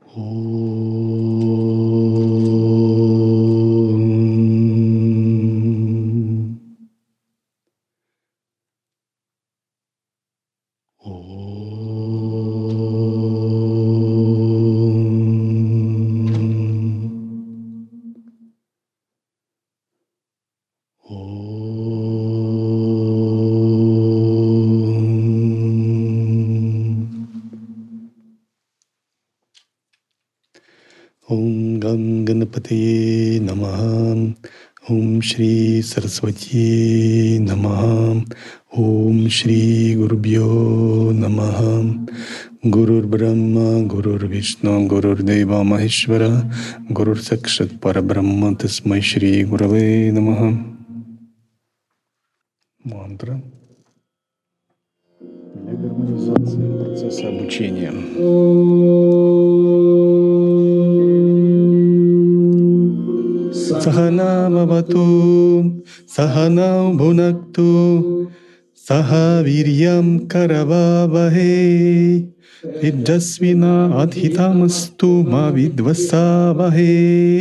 Om Gam Ganapataye Namaha. Om Shri Saraswati Namaha. Om Shri Gurubhyo Namaha. Gurur Brahma, Gurur Vishnu, Gurur Deva Maheshwara, Gurur Sakshat Parabrahma, Tasmai Shri Gurave Namaha. Мантра для гармонизации процесса обучения. Сахана Бхавату, Саханау Бхунакту, Saha Viryam Karavavahe, Vidyasvina Adhitamastu Ma Vidvasavahe.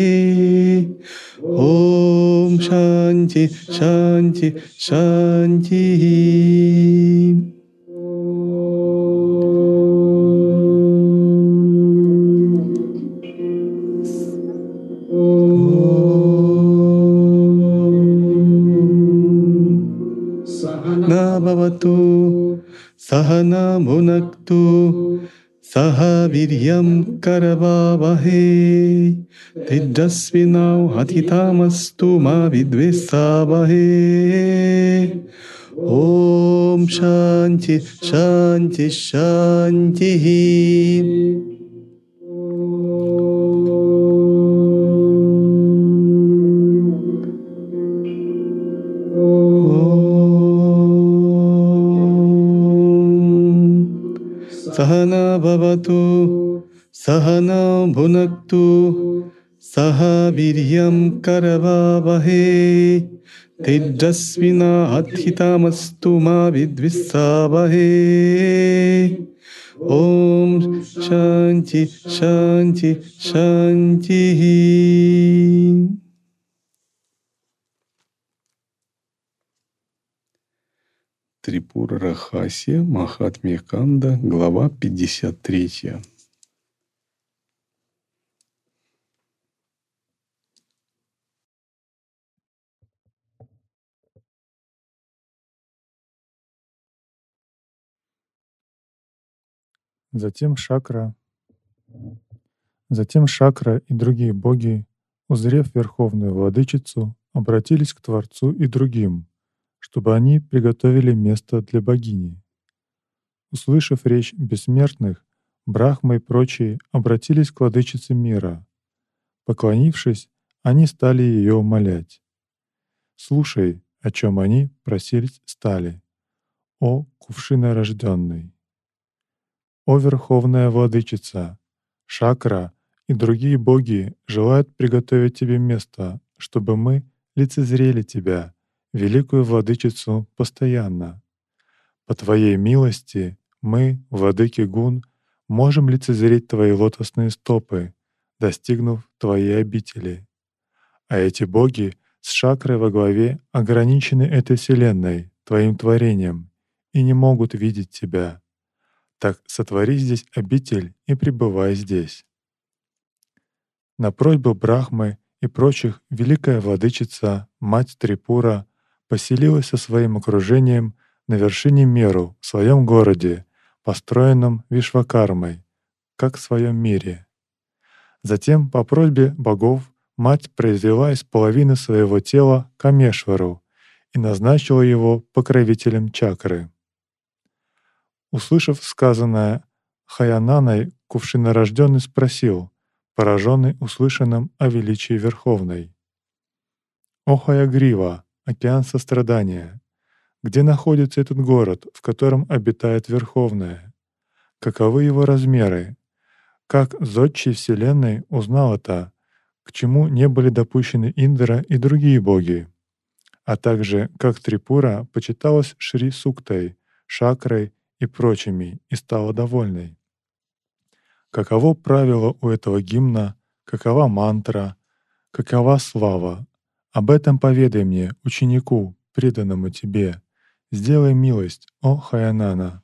Om Shanti, Shanti, Shanti. Bhavatu Sahana Bhunaktu Saha Viryam Karavavahe Tejasvinau Hatitamastu Ma Vidvesavahe. Om Shanti Shanti Shanti. Sahana Bhavatu Sahana Bhunaktu Saha Viryam Karavavahe Tejasvina Adhitamastu Ma Vidvesavahe. Om Shanti Shanti Shanti. Трипура Рахасия, Махатмья Канда, глава 53. Затем Шакра и другие боги, узрев Верховную Владычицу, обратились к Творцу и другим, чтобы они приготовили место для богини. Услышав речь бессмертных, Брахма и прочие обратились к Владычице мира. Поклонившись, они стали ее умолять. «Слушай, о чем они просить стали, о кувшинорожденный! О Верховная Владычица! Шакра и другие боги желают приготовить тебе место, чтобы мы лицезрели тебя, великую Владычицу, постоянно. По Твоей милости мы, владыки Гун, можем лицезреть Твои лотосные стопы, достигнув Твоей обители. А эти боги с Шакрой во главе ограничены этой вселенной, Твоим творением, и не могут видеть Тебя. Так сотвори здесь обитель и пребывай здесь». На просьбу Брахмы и прочих Великая Владычица, Мать Трипура, поселилась со своим окружением на вершине Меру в своем городе, построенном Вишвакармой, как в своем мире. Затем, по просьбе богов, Мать произвела из половины своего тела Камешвару и назначила его покровителем чакры. Услышав сказанное, Хаянаной кувшинорожденный спросил, пораженный услышанным о величии Верховной: «О Хаягрива, океан сострадания! Где находится этот город, в котором обитает Верховная? Каковы его размеры? Как зодчий Вселенной узнал это, к чему не были допущены Индра и другие боги? А также, как Трипура почиталась Шри Суктой, Шакрой и прочими и стала довольной? каково правило у этого гимна, какова мантра, какова слава. Об этом поведай мне, ученику, преданному тебе. Сделай милость, о Хаянана».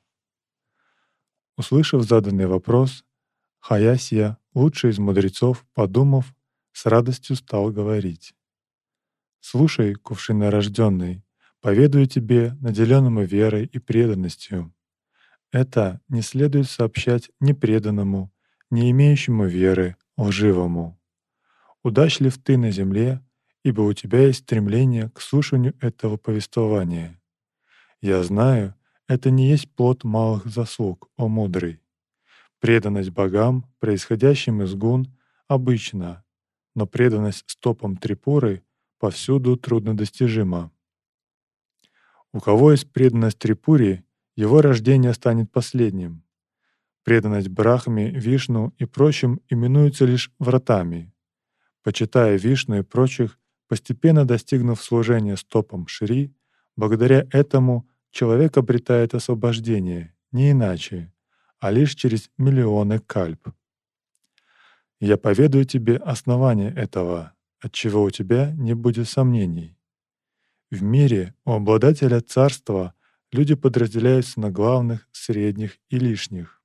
Услышав заданный вопрос, Хаясья, лучший из мудрецов, подумав, с радостью стал говорить: «Слушай, кувшинорожденный, поведаю тебе, наделенному верой и преданностью. Это не следует сообщать ни преданному, не имеющему веры, лживому. Удачлив ты на земле, ибо у тебя есть стремление к слушанию этого повествования. Я знаю, это не есть плод малых заслуг, о мудрый. Преданность богам, происходящим из гун, обычна, но преданность стопам Трипуры повсюду труднодостижима. У кого есть преданность Трипуре, его рождение станет последним. Преданность Брахме, Вишну и прочим именуется лишь вратами. Почитая Вишну и прочих, постепенно достигнув служения стопам Шри, благодаря этому человек обретает освобождение, не иначе, а лишь через миллионы кальп. Я поведаю тебе основание этого, отчего у тебя не будет сомнений. В мире у обладателя царства люди подразделяются на главных, средних и лишних.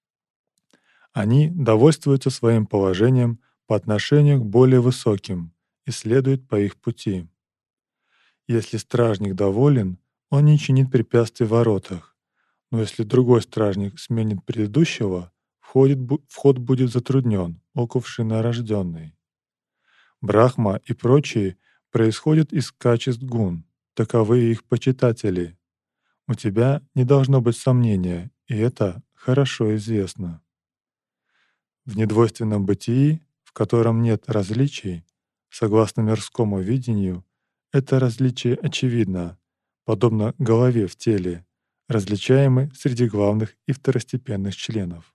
Они довольствуются своим положением по отношению к более высоким и следуют по их пути. Если стражник доволен, он не чинит препятствий в воротах, но если другой стражник сменит предыдущего, вход будет затруднен, о кувшинорожденный. Брахма и прочие происходят из качеств гун, таковы их почитатели. У тебя не должно быть сомнения, и это хорошо известно. В недвойственном бытии, в котором нет различий, согласно мирскому видению, это различие очевидно, подобно голове в теле, различаемой среди главных и второстепенных членов.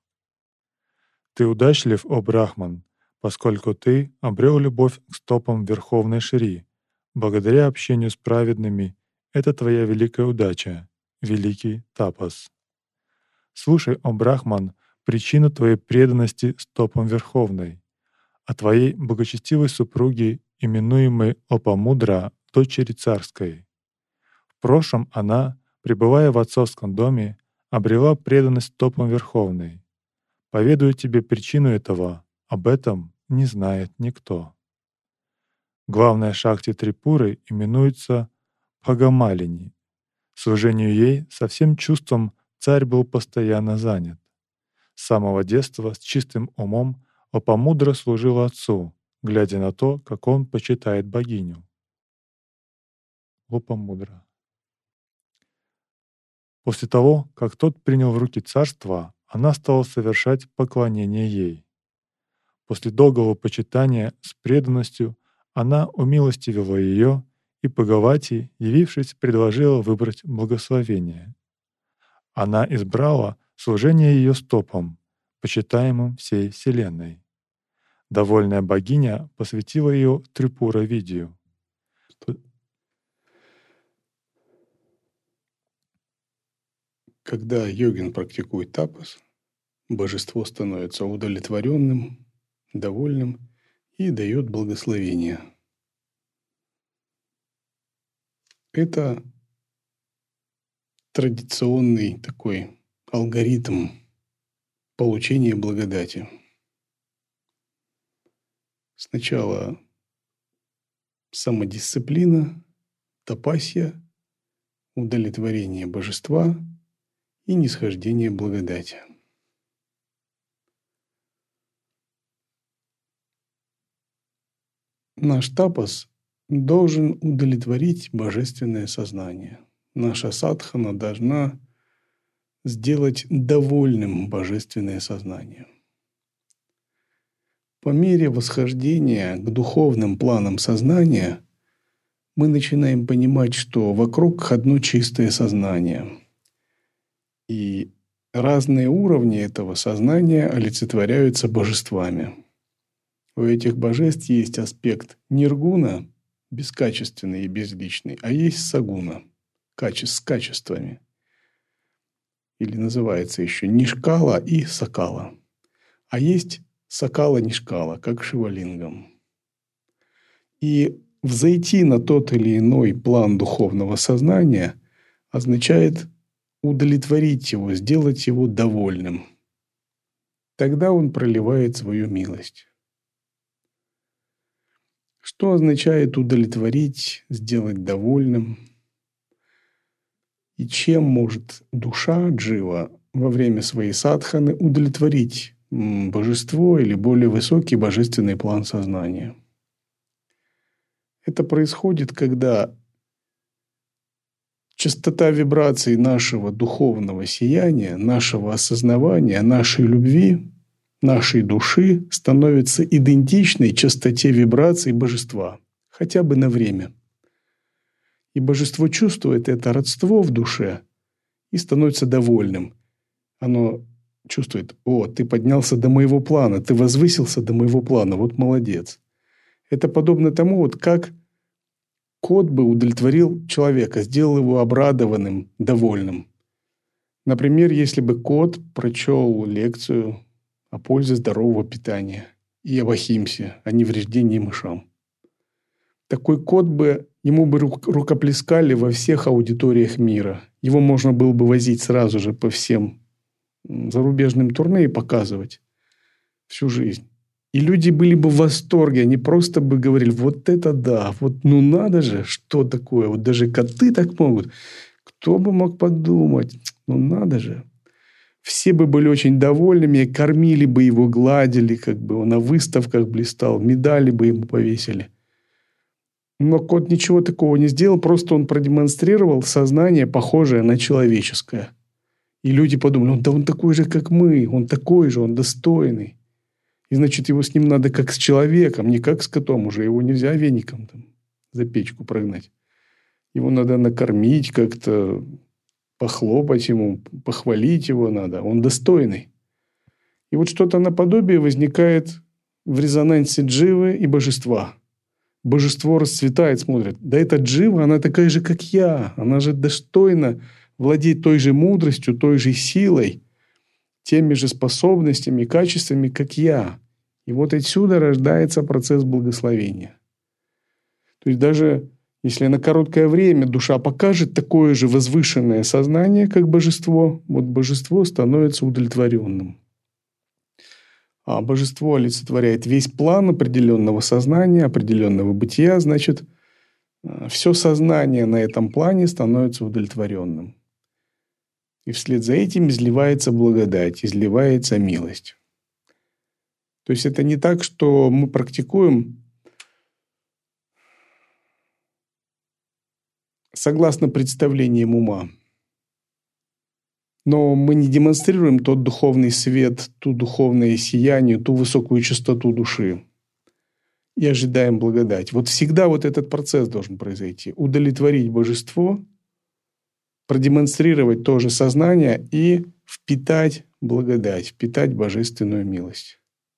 Ты удачлив, о Брахман, поскольку ты обрел любовь к стопам Верховной Шри. Благодаря общению с праведными это твоя великая удача, великий тапас. Слушай, о Брахман, причину твоей преданности стопам Верховной, о твоей благочестивой супруге, именуемой Лопамудра, дочери царской. В прошлом она, пребывая в отцовском доме, обрела преданность стопам Верховной. Поведаю тебе причину этого, об этом не знает никто. Главная шакти Трипуры именуется Бхагамалини. Служению ей со всем чувством царь был постоянно занят. С самого детства с чистым умом Лопамудра служила отцу, глядя на то, как он почитает богиню. Лопамудра. После того, как тот принял в руки царство, она стала совершать поклонение ей. После долгого почитания с преданностью она умилостивила ее, и Бхагавати, явившись, предложила выбрать благословение. Она избрала служение ее стопам, почитаемым всей Вселенной. Довольная богиня посвятила ее Трипура-видию. Когда йогин практикует тапас, божество становится удовлетворенным, довольным и дает благословение. Это традиционный такой алгоритм получения благодати. Сначала самодисциплина, тапасья, удовлетворение божества и нисхождение благодати. Наш тапас должен удовлетворить божественное сознание. Наша садхана должна сделать довольным божественное сознание. По мере восхождения к духовным планам сознания мы начинаем понимать, что вокруг одно чистое сознание. И разные уровни этого сознания олицетворяются божествами. У этих божеств есть аспект ниргуна, бескачественный и безличный, а есть сагуна, с качествами. Или называется еще нишкала и сакала. А есть сакала нишкала, как шивалингам. И взойти на тот или иной план духовного сознания означает удовлетворить его, сделать его довольным. Тогда он проливает свою милость. Что означает удовлетворить, сделать довольным? И чем может душа джива во время своей садханы удовлетворить божество или более высокий божественный план сознания? Это происходит, когда частота вибраций нашего духовного сияния, нашего осознавания, нашей любви, нашей души становится идентичной частоте вибраций божества, хотя бы на время. И божество чувствует это родство в душе и становится довольным. Оно чувствует: о, ты поднялся до моего плана, ты возвысился до моего плана, вот молодец. Это подобно тому, вот как кот бы удовлетворил человека, сделал его обрадованным, довольным. Например, если бы кот прочел лекцию о пользе здорового питания и об ахимсе, о невреждении мышам. Такой кот бы, ему бы рукоплескали во всех аудиториях мира. Его можно было бы возить сразу же по всем зарубежным турне и показывать всю жизнь. И люди были бы в восторге, они просто бы говорили: вот это да, вот ну надо же, что такое, вот даже коты так могут. Кто бы мог подумать, ну надо же. Все бы были очень довольными, кормили бы его, гладили, как бы он на выставках блистал, медали бы ему повесили. Но кот ничего такого не сделал, просто он продемонстрировал сознание, похожее на человеческое. И люди подумали: да он такой же, как мы, он такой же, он достойный. И значит, его с ним надо как с человеком, не как с котом. Уже его нельзя веником там за печку прогнать. Его надо накормить как-то, похлопать ему, похвалить его надо. Он достойный. И вот что-то наподобие возникает в резонансе дживы и божества. Божество расцветает, смотрит: да эта джива, она такая же, как я. Она же достойна владеть той же мудростью, той же силой, теми же способностями, качествами, как я. И вот отсюда рождается процесс благословения. То есть даже если на короткое время душа покажет такое же возвышенное сознание, как божество, вот божество становится удовлетворенным. А божество олицетворяет весь план определенного сознания, определенного бытия, значит, все сознание на этом плане становится удовлетворенным. И вслед за этим изливается благодать, изливается милость. То есть это не так, что мы практикуем согласно представлениям ума. Но мы не демонстрируем тот духовный свет, ту духовное сияние, ту высокую чистоту души. И ожидаем благодать. Вот всегда вот этот процесс должен произойти. Удовлетворить божество, продемонстрировать то же сознание и впитать благодать, впитать божественную милость.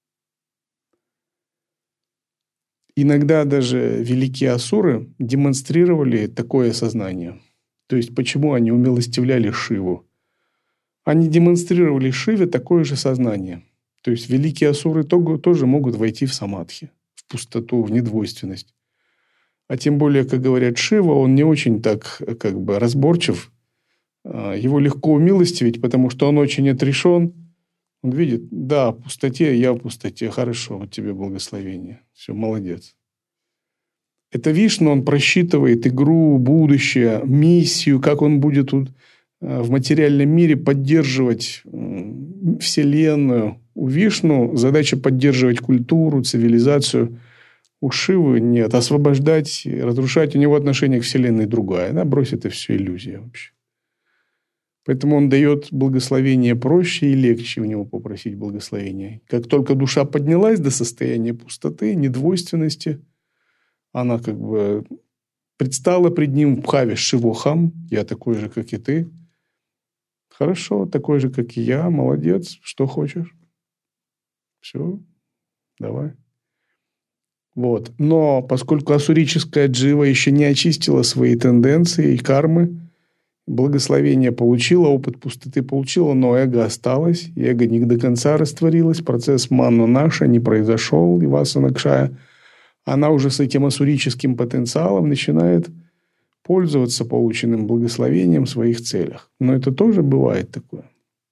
Иногда даже великие асуры демонстрировали такое сознание. То есть почему они умилостивляли Шиву? Они демонстрировали Шиве такое же сознание. То есть великие асуры тоже могут войти в самадхи, в пустоту, в недвойственность. А тем более, как говорят, Шива, он не очень так как бы разборчив. Его легко умилостивить, потому что он очень отрешен. Он видит: да, в пустоте, я в пустоте, хорошо, вот тебе благословение. Все, молодец. Это Вишну, он просчитывает игру, будущее, миссию, как он будет тут в материальном мире поддерживать Вселенную. У Вишну задача поддерживать культуру, цивилизацию. У Шивы нет. Освобождать, разрушать. У него отношение к Вселенной другое. Да, брось, это все иллюзия вообще. Поэтому он дает благословение проще и легче у него попросить благословения. Как только душа поднялась до состояния пустоты, недвойственности, она как бы предстала пред ним в бхаве Шивохам: я такой же, как и ты. Хорошо, такой же, как и я, молодец, что хочешь. Все, давай. Вот. Но поскольку ассурическая джива еще не очистила свои тенденции и кармы, Благословение получила, опыт пустоты получила, но эго осталось, и эго не до конца растворилось, процесс манна наша не произошел, и васана кшая, она уже с этим ассурическим потенциалом начинает пользоваться полученным благословением в своих целях. Но это тоже бывает такое.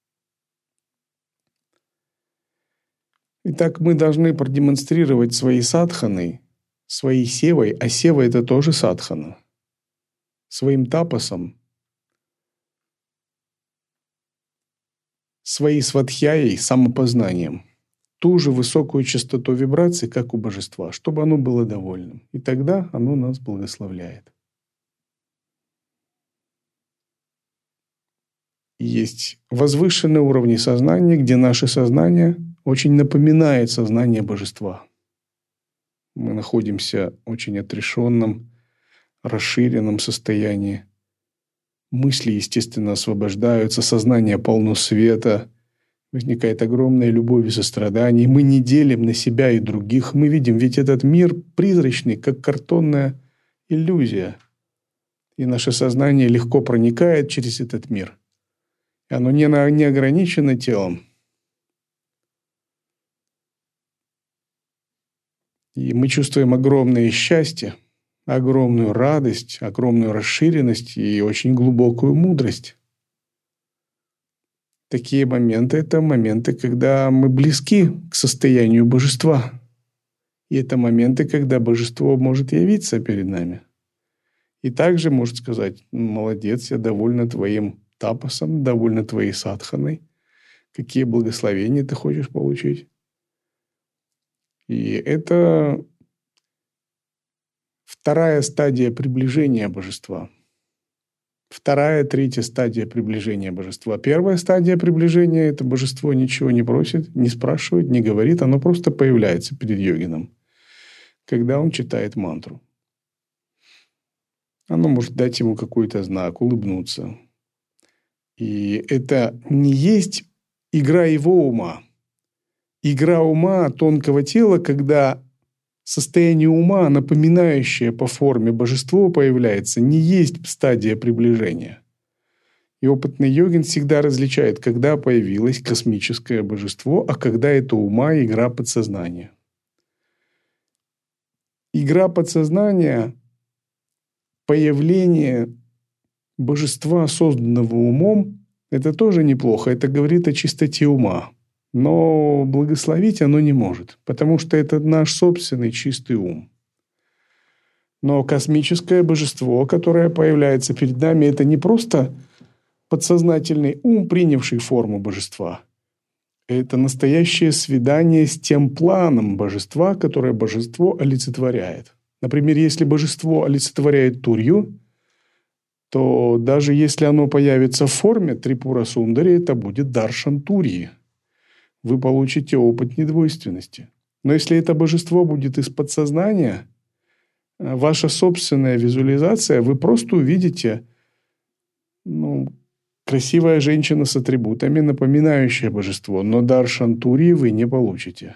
Итак, мы должны продемонстрировать свои садханы, своей севой, а сева – это тоже садхана, своим тапасом, своей сватхьяей, самопознанием, ту же высокую частоту вибраций, как у божества, чтобы оно было довольным. И тогда оно нас благословляет. Есть возвышенные уровни сознания, где наше сознание очень напоминает сознание божества. Мы находимся в очень отрешенном, расширенном состоянии. Мысли, естественно, освобождаются, сознание полно света, возникает огромная любовь и сострадание. Мы не делим на себя и других. Мы видим, ведь этот мир призрачный, как картонная иллюзия. И наше сознание легко проникает через этот мир. И оно не ограничено телом. И мы чувствуем огромное счастье, огромную радость, огромную расширенность и очень глубокую мудрость. Такие моменты – это моменты, когда мы близки к состоянию божества. И это моменты, когда божество может явиться перед нами. И также может сказать: молодец, я довольна твоим тапасом, довольна твоей садханой. Какие благословения ты хочешь получить? И это вторая стадия приближения божества. Вторая, третья стадия приближения божества. Первая стадия приближения – это божество ничего не просит, не спрашивает, не говорит. Оно просто появляется перед йогином, когда он читает мантру. Оно может дать ему какой-то знак, улыбнуться. И это не есть игра его ума. Игра ума тонкого тела, когда состояние ума, напоминающее по форме божество, появляется, не есть стадия приближения. И опытный йогин всегда различает, когда появилось космическое божество, а когда это ума – игра подсознания. Игра подсознания – появление божества, созданного умом, это тоже неплохо, это говорит о чистоте ума. Но благословить оно не может, потому что это наш собственный чистый ум. Но космическое божество, которое появляется перед нами, это не просто подсознательный ум, принявший форму божества. Это настоящее свидание с тем планом божества, которое божество олицетворяет. Например, если божество олицетворяет Турью, то даже если оно появится в форме Трипура Сундари, это будет Даршан Турьи. Вы получите опыт недвойственности. Но если это божество будет из подсознания, ваша собственная визуализация, вы просто увидите красивая женщина с атрибутами, напоминающая божество, но Даршан Турьи вы не получите.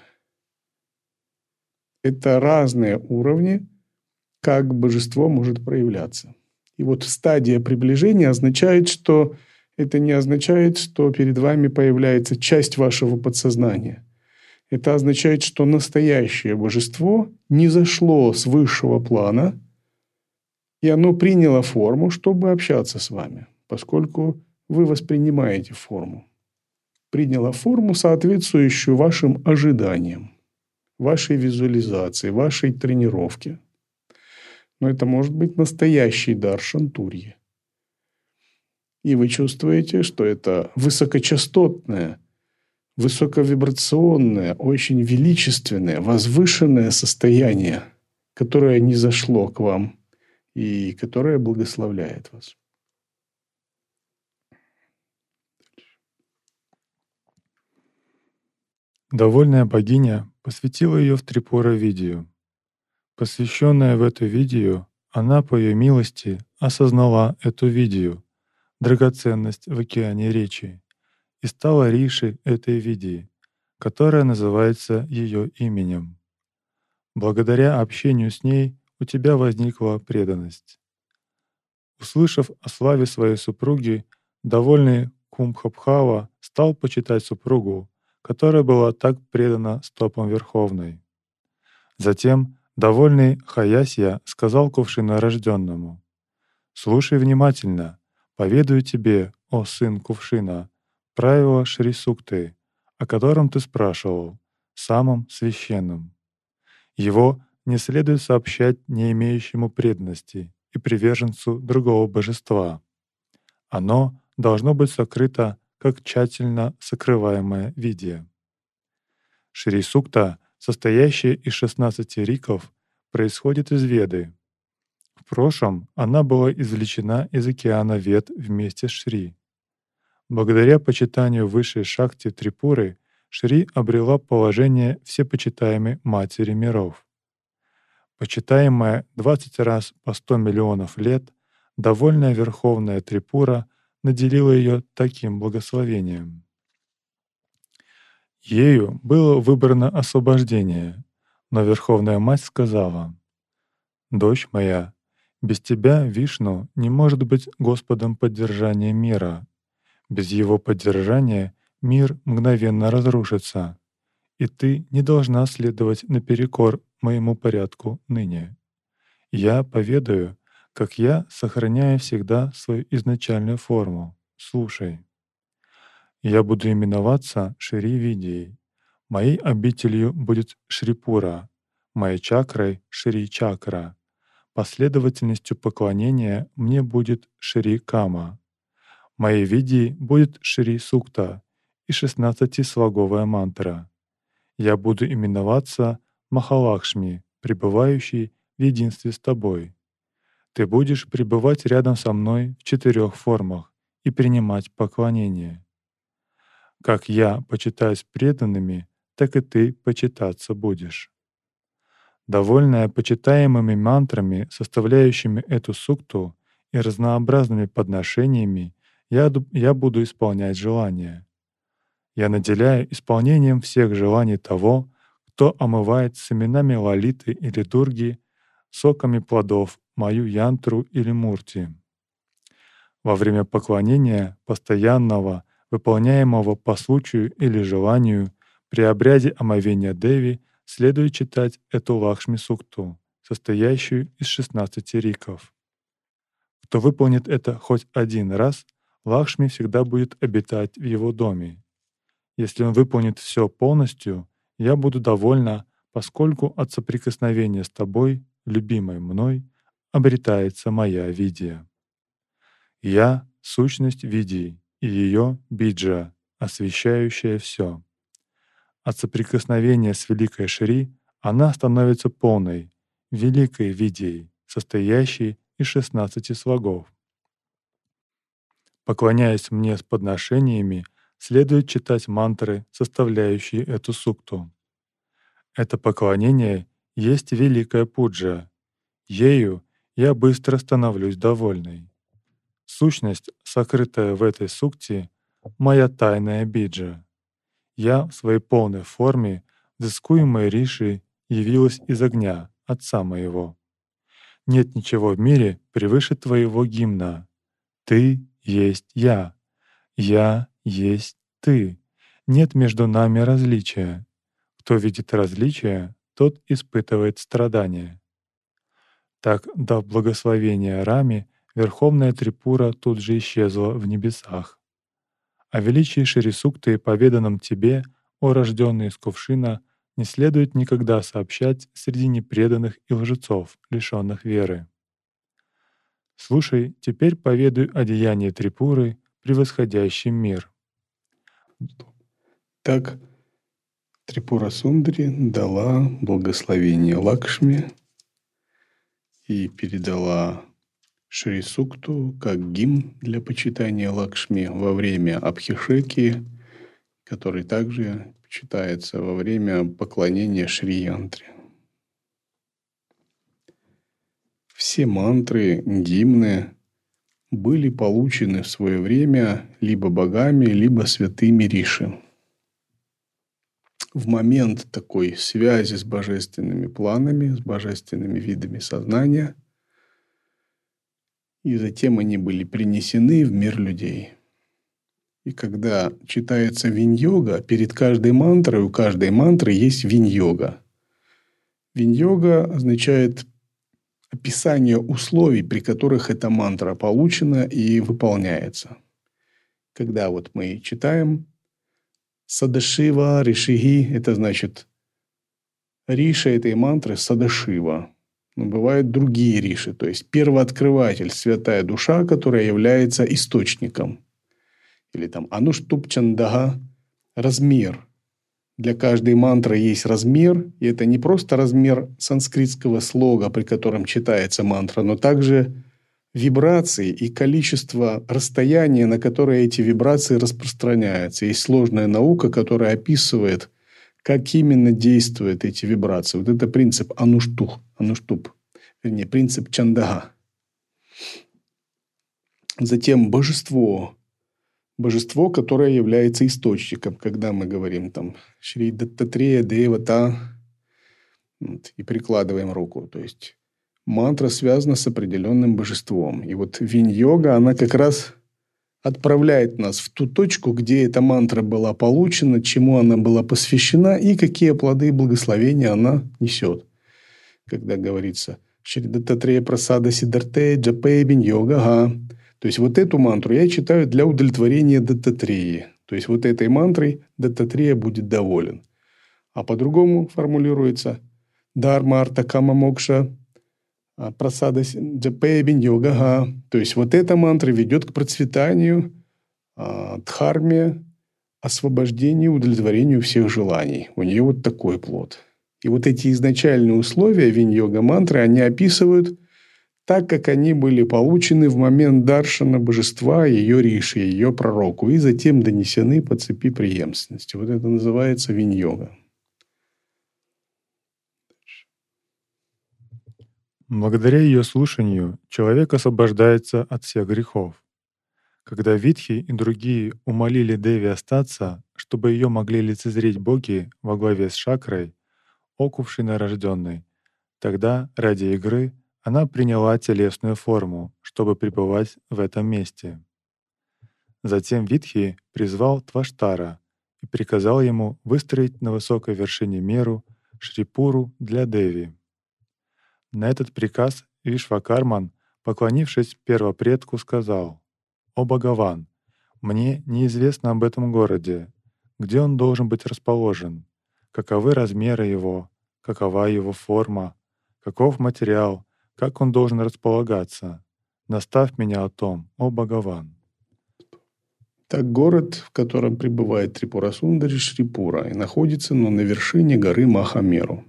Это разные уровни, как божество может проявляться. И вот стадия приближения означает, что это не означает, что перед вами появляется часть вашего подсознания. Это означает, что настоящее божество низошло с высшего плана, и оно приняло форму, чтобы общаться с вами, поскольку вы воспринимаете форму. Приняло форму, соответствующую вашим ожиданиям, вашей визуализации, вашей тренировке. Но это может быть настоящий Даршан Турьи. И вы чувствуете, что это высокочастотное, высоковибрационное, очень величественное, возвышенное состояние, которое низошло к вам и которое благословляет вас. Довольная богиня посвятила ее в Трипура-видию. Посвященная в эту видию, она по ее милости осознала эту видию, драгоценность в океане речи, и стала риши этой видии, которая называется ее именем. Благодаря общению с ней у тебя возникла преданность. Услышав о славе своей супруги, довольный Кумбхабхава стал почитать супругу, которая была так предана стопам Верховной. Затем довольный Хаясья сказал кувшинорожденному: «Слушай внимательно, поведаю тебе, о сын кувшина, правило Шри Сукты, о котором ты спрашивал, самым священным. Его не следует сообщать не имеющему преданности и приверженцу другого божества. Оно должно быть сокрыто, как тщательно сокрываемое видья. Шри Сукта, состоящая из 16 риков, происходит из Веды. В прошлом она была извлечена из океана Вед вместе с Шри. Благодаря почитанию высшей шакти Трипуры Шри обрела положение всепочитаемой Матери миров. Почитаемая 20 раз по 100 миллионов лет, довольная Верховная Трипура наделила ее таким благословением. Ею было выбрано освобождение, но Верховная Мать сказала: «Дочь моя, без тебя Вишну не может быть Господом поддержания мира. Без его поддержания мир мгновенно разрушится, и ты не должна следовать наперекор моему порядку ныне. Я поведаю, как я сохраняю всегда свою изначальную форму. Слушай. Я буду именоваться Шри Видией. Моей обителью будет Шрипура, моей чакрой — Шри Чакра. Последовательностью поклонения мне будет Шри Кама. Моей видией будет Шри Сукта и 16-слоговая мантра. Я буду именоваться Махалакшми, пребывающий в единстве с тобой. Ты будешь пребывать рядом со мной в 4 формах и принимать поклонение. Как я почитаюсь преданными, так и ты почитаться будешь». Довольная почитаемыми мантрами, составляющими эту сукту, и разнообразными подношениями, я буду исполнять желания. Я наделяю исполнением всех желаний того, кто омывает семенами лалиты или дурги, соками плодов мою янтру или мурти. Во время поклонения, постоянного, выполняемого по случаю или желанию, при обряде омовения Деви следует читать эту Лакшми-сукту, состоящую из 16 риков. Кто выполнит это хоть один раз, Лакшми всегда будет обитать в его доме. Если он выполнит все полностью, я буду довольна, поскольку от соприкосновения с тобой, любимой мной, обретается моя видия. Я — сущность видии, и ее биджа, освещающая все. От соприкосновения с великой Шри она становится полной, великой видией, состоящей из 16 слогов. Поклоняясь мне с подношениями, следует читать мантры, составляющие эту сукту. Это поклонение есть великая пуджа. Ею я быстро становлюсь довольной. Сущность, сокрытая в этой сукте, — моя тайная биджа. Я в своей полной форме, взыскуемой Риши, явилась из огня, Отца моего. Нет ничего в мире превыше твоего гимна. Ты есть я есть ты. Нет между нами различия. Кто видит различия, тот испытывает страдания. Так, дав благословение Раме, Верховная Трипура тут же исчезла в небесах. О величии Шри Сукты, поведанном тебе, о рожденный из кувшина, не следует никогда сообщать среди непреданных и лжецов, лишенных веры. Слушай, теперь поведаю о деянии Трипуры, превосходящем мир. Так Трипура Сундари дала благословение Лакшми и передала Шри Сукту как гимн для почитания Лакшми во время Абхишеки, который также читается во время поклонения Шри Янтре. Все мантры, гимны были получены в свое время либо богами, либо святыми риши. В момент такой связи с божественными планами, с божественными видами сознания, и затем они были принесены в мир людей. И когда читается винь-йога, перед каждой мантрой, у каждой мантры есть винь-йога. Винь-йога означает описание условий, при которых эта мантра получена и выполняется. Когда вот мы читаем Садашива, Ришиги, это значит риша этой мантры Садашива. Но бывают другие риши, то есть первооткрыватель, святая душа, которая является источником. Или там Ануштуб Чандага, размер. Для каждой мантры есть размер, и это не просто размер санскритского слога, при котором читается мантра, но также вибрации и количество расстояния, на которое эти вибрации распространяются. Есть сложная наука, которая описывает, как именно действуют эти вибрации. Вот это принцип ануштуб, вернее, принцип Чандага. Затем божество, которое является источником, когда мы говорим там Шри Даттатрея Девата и прикладываем руку. То есть мантра связана с определенным божеством. И вот винь-йога, она как раз отправляет нас в ту точку, где эта мантра была получена, чему она была посвящена и какие плоды и благословения она несет. Когда говорится Шри Даттатрея Прасада Сиддарте Джапе Винь-йога Га. То есть вот эту мантру я читаю для удовлетворения Даттатреи. То есть вот этой мантрой Даттатрея будет доволен. А по-другому формулируется Дharma Artha Kama Moksha Прасада Джапе Винь-йога Га. То есть вот эта мантра ведет к процветанию, дхарме, освобождению, удовлетворению всех желаний. У нее вот такой плод. И вот эти изначальные условия винь-йога мантры, они описывают так, как они были получены в момент даршана божества, ее риши, ее пророку, и затем донесены по цепи преемственности. Вот это называется винь-йога. Благодаря ее слушанию человек освобождается от всех грехов. Когда Витхи и другие умолили Деви остаться, чтобы ее могли лицезреть боги во главе с Шакрай, о кувшинорожденной, тогда, ради игры, она приняла телесную форму, чтобы пребывать в этом месте. Затем Витхи призвал Тваштара и приказал ему выстроить на высокой вершине Меру Шрипуру для Деви. На этот приказ Вишвакарман, поклонившись первопредку, сказал: «О Бхагаван, мне неизвестно об этом городе, где он должен быть расположен, каковы размеры его, какова его форма, каков материал, как он должен располагаться. Наставь меня о том, о Бхагаван». Так город, в котором пребывает Трипура-Сундари, Шрипура, и находится на вершине горы Махамеру.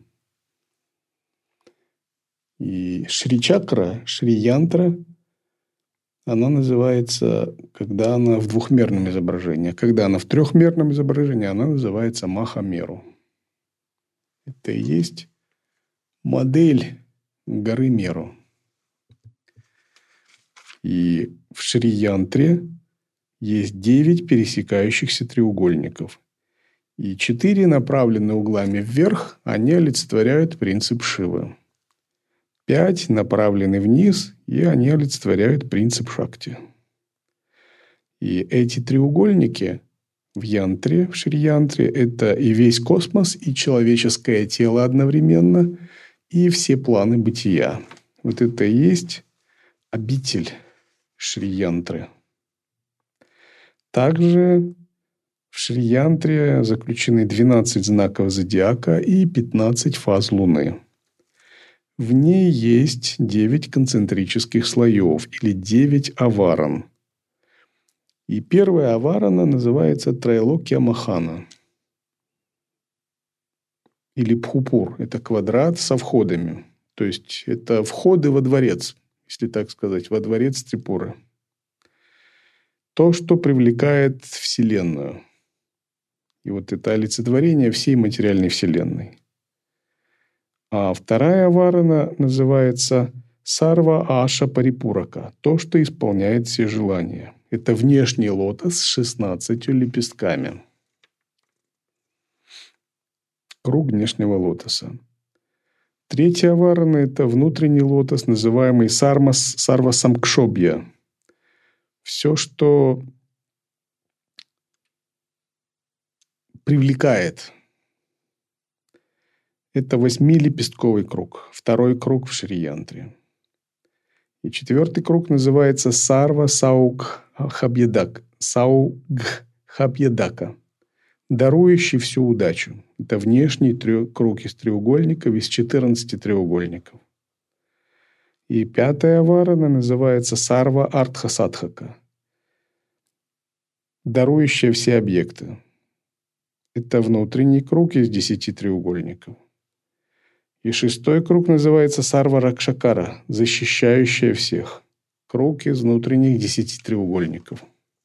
И Шри-чакра, Шри-янтра, она называется, когда она в двухмерном изображении. Когда она в трехмерном изображении, она называется Махамеру. Это и есть модель горы Меру. И в Шри-янтре есть 9 пересекающихся треугольников. И 4 направлены углами вверх, они олицетворяют принцип Шивы. 5 направлены вниз, и они олицетворяют принцип Шакти. И эти треугольники в янтре, в Шри-янтре, это и весь космос, и человеческое тело одновременно, и все планы бытия. Вот это и есть обитель Шри-янтры. Также в Шри-янтре заключены 12 знаков зодиака и 15 фаз Луны. В ней есть 9 концентрических слоев или 9 аваран. И первая аварана называется Трайлокья Махана. Или Пхупур. Это квадрат со входами. То есть это входы во дворец, если так сказать, во дворец Трипуры. То, что привлекает Вселенную. И вот это олицетворение всей материальной Вселенной. А вторая аварана называется Сарва Аша Парипурака. То, что исполняет все желания. Это внешний лотос с 16 лепестками. Круг внешнего лотоса. Третья варана – это внутренний лотос, называемый сарва-самкшобья. Все, что привлекает. Это 8-лепестковый круг. Второй круг в Шри-янтре. И четвертый круг называется саугхабьедака, дарующий всю удачу. Это внешний круг из треугольников, из 14 треугольников. И пятая варана называется сарва артхасадхака, дарующая все объекты. Это внутренний круг из 10 треугольников. И шестой круг называется сарва ракшакара, защищающая всех. Круг из внутренних 10 треугольников.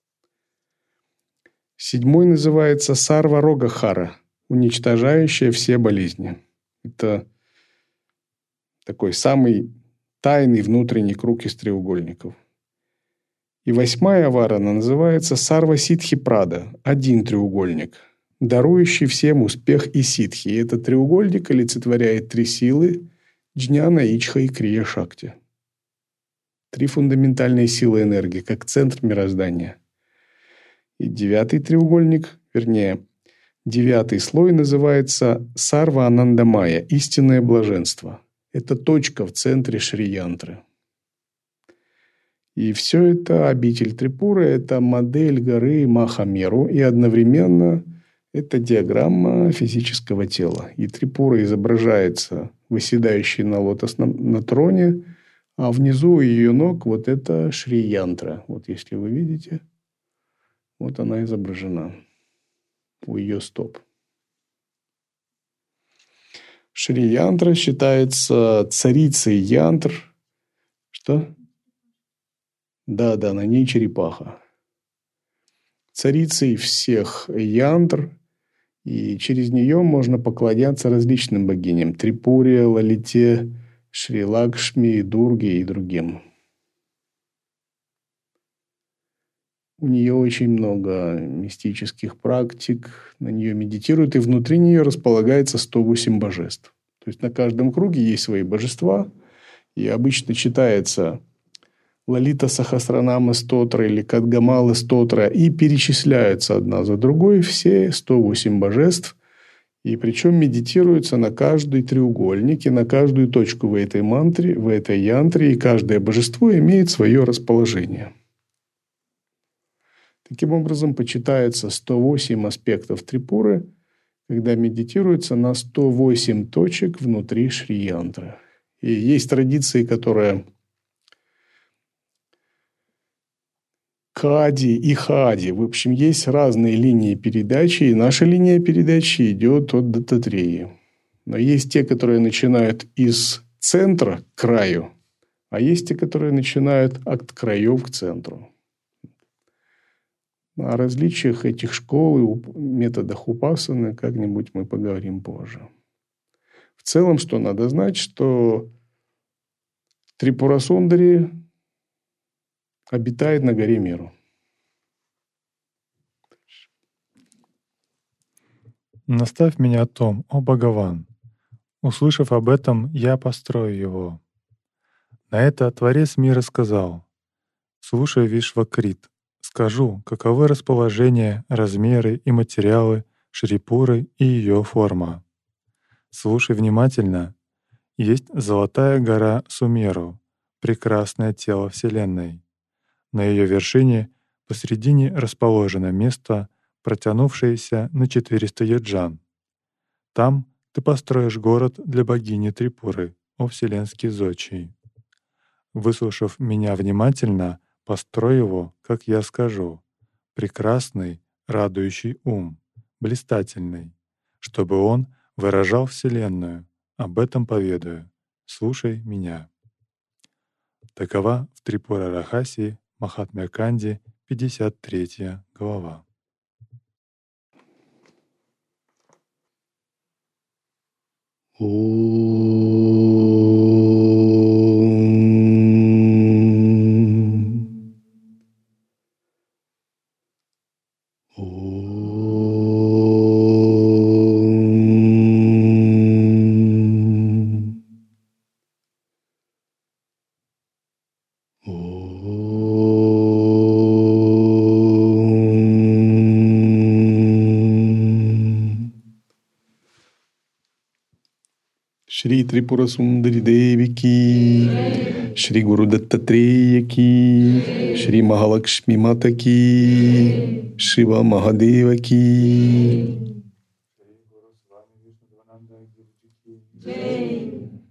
Седьмой называется сарва рогахара, уничтожающая все болезни. Это такой самый тайный внутренний круг из треугольников. И восьмая варана называется сарва ситхи прада, один треугольник, дарующий всем успех и ситхи. И этот треугольник олицетворяет 3 силы – джняна, ичха и крия шакти. 3 фундаментальные силы энергии, как центр мироздания. И 9-й треугольник, вернее, 9-й слой называется сарва анандамая, истинное блаженство. Это точка в центре Шри-янтры. И все это обитель Трипуры, это модель горы Махамеру, и одновременно это диаграмма физического тела. И Трипура изображается выседающей на лотосном троне, а внизу у ее ног вот это Шри-янтра. Вот если вы видите, вот она изображена у ее стоп. Шри-янтра считается царицей янтр. Что? Да, на ней черепаха. Царицей всех янтр, и через нее можно поклоняться различным богиням. Трипуре, Лалите, Шри-Лакшми, Дурге и другим. У нее очень много мистических практик, на нее медитируют, и внутри нее располагается 108 божеств. То есть на каждом круге есть свои божества, и обычно читается Лалита Сахасранама Стотра или Кадгамала Стотра, и перечисляются одна за другой все 108 божеств, и причем медитируется на каждый треугольник и на каждую точку в этой мантре, в этой янтре, и каждое божество имеет свое расположение. Таким образом, почитается 108 аспектов Трипуры, когда медитируется на 108 точек внутри Шри-янтры. И есть традиции, которые Кади и Хади. В общем, есть разные линии передачи, и наша линия передачи идет от Даттатреи. Но есть те, которые начинают из центра к краю, а есть те, которые начинают от краев к центру. О различиях этих школ и методах упасаны как-нибудь мы поговорим позже. В целом, что надо знать, что Трипура-Сундари обитает на горе Меру. «Наставь меня о том, о Бхагаван. Услышав об этом, я построю его». На это Творец мира сказал: «Слушай, Вишвакрит, скажу, каковы расположение, размеры и материалы Шрипуры и ее форма. Слушай внимательно. Есть золотая гора Сумеру, прекрасное тело Вселенной. На ее вершине посредине расположено место, протянувшееся на 400 йоджан. Там ты построишь город для богини Трипуры, о вселенский зодчий. Выслушав меня внимательно, построй его, как я скажу, прекрасный, радующий ум, блистательный, чтобы он выражал Вселенную. Об этом поведаю. Слушай меня». Такова в Трипура Рахаси Махатмя Канди 53 глава. Шри Трипура Сундари Деви ки, Шри Гуру Даттатрея ки, Шри Махалакшми Мата ки, Шива Махадева ки.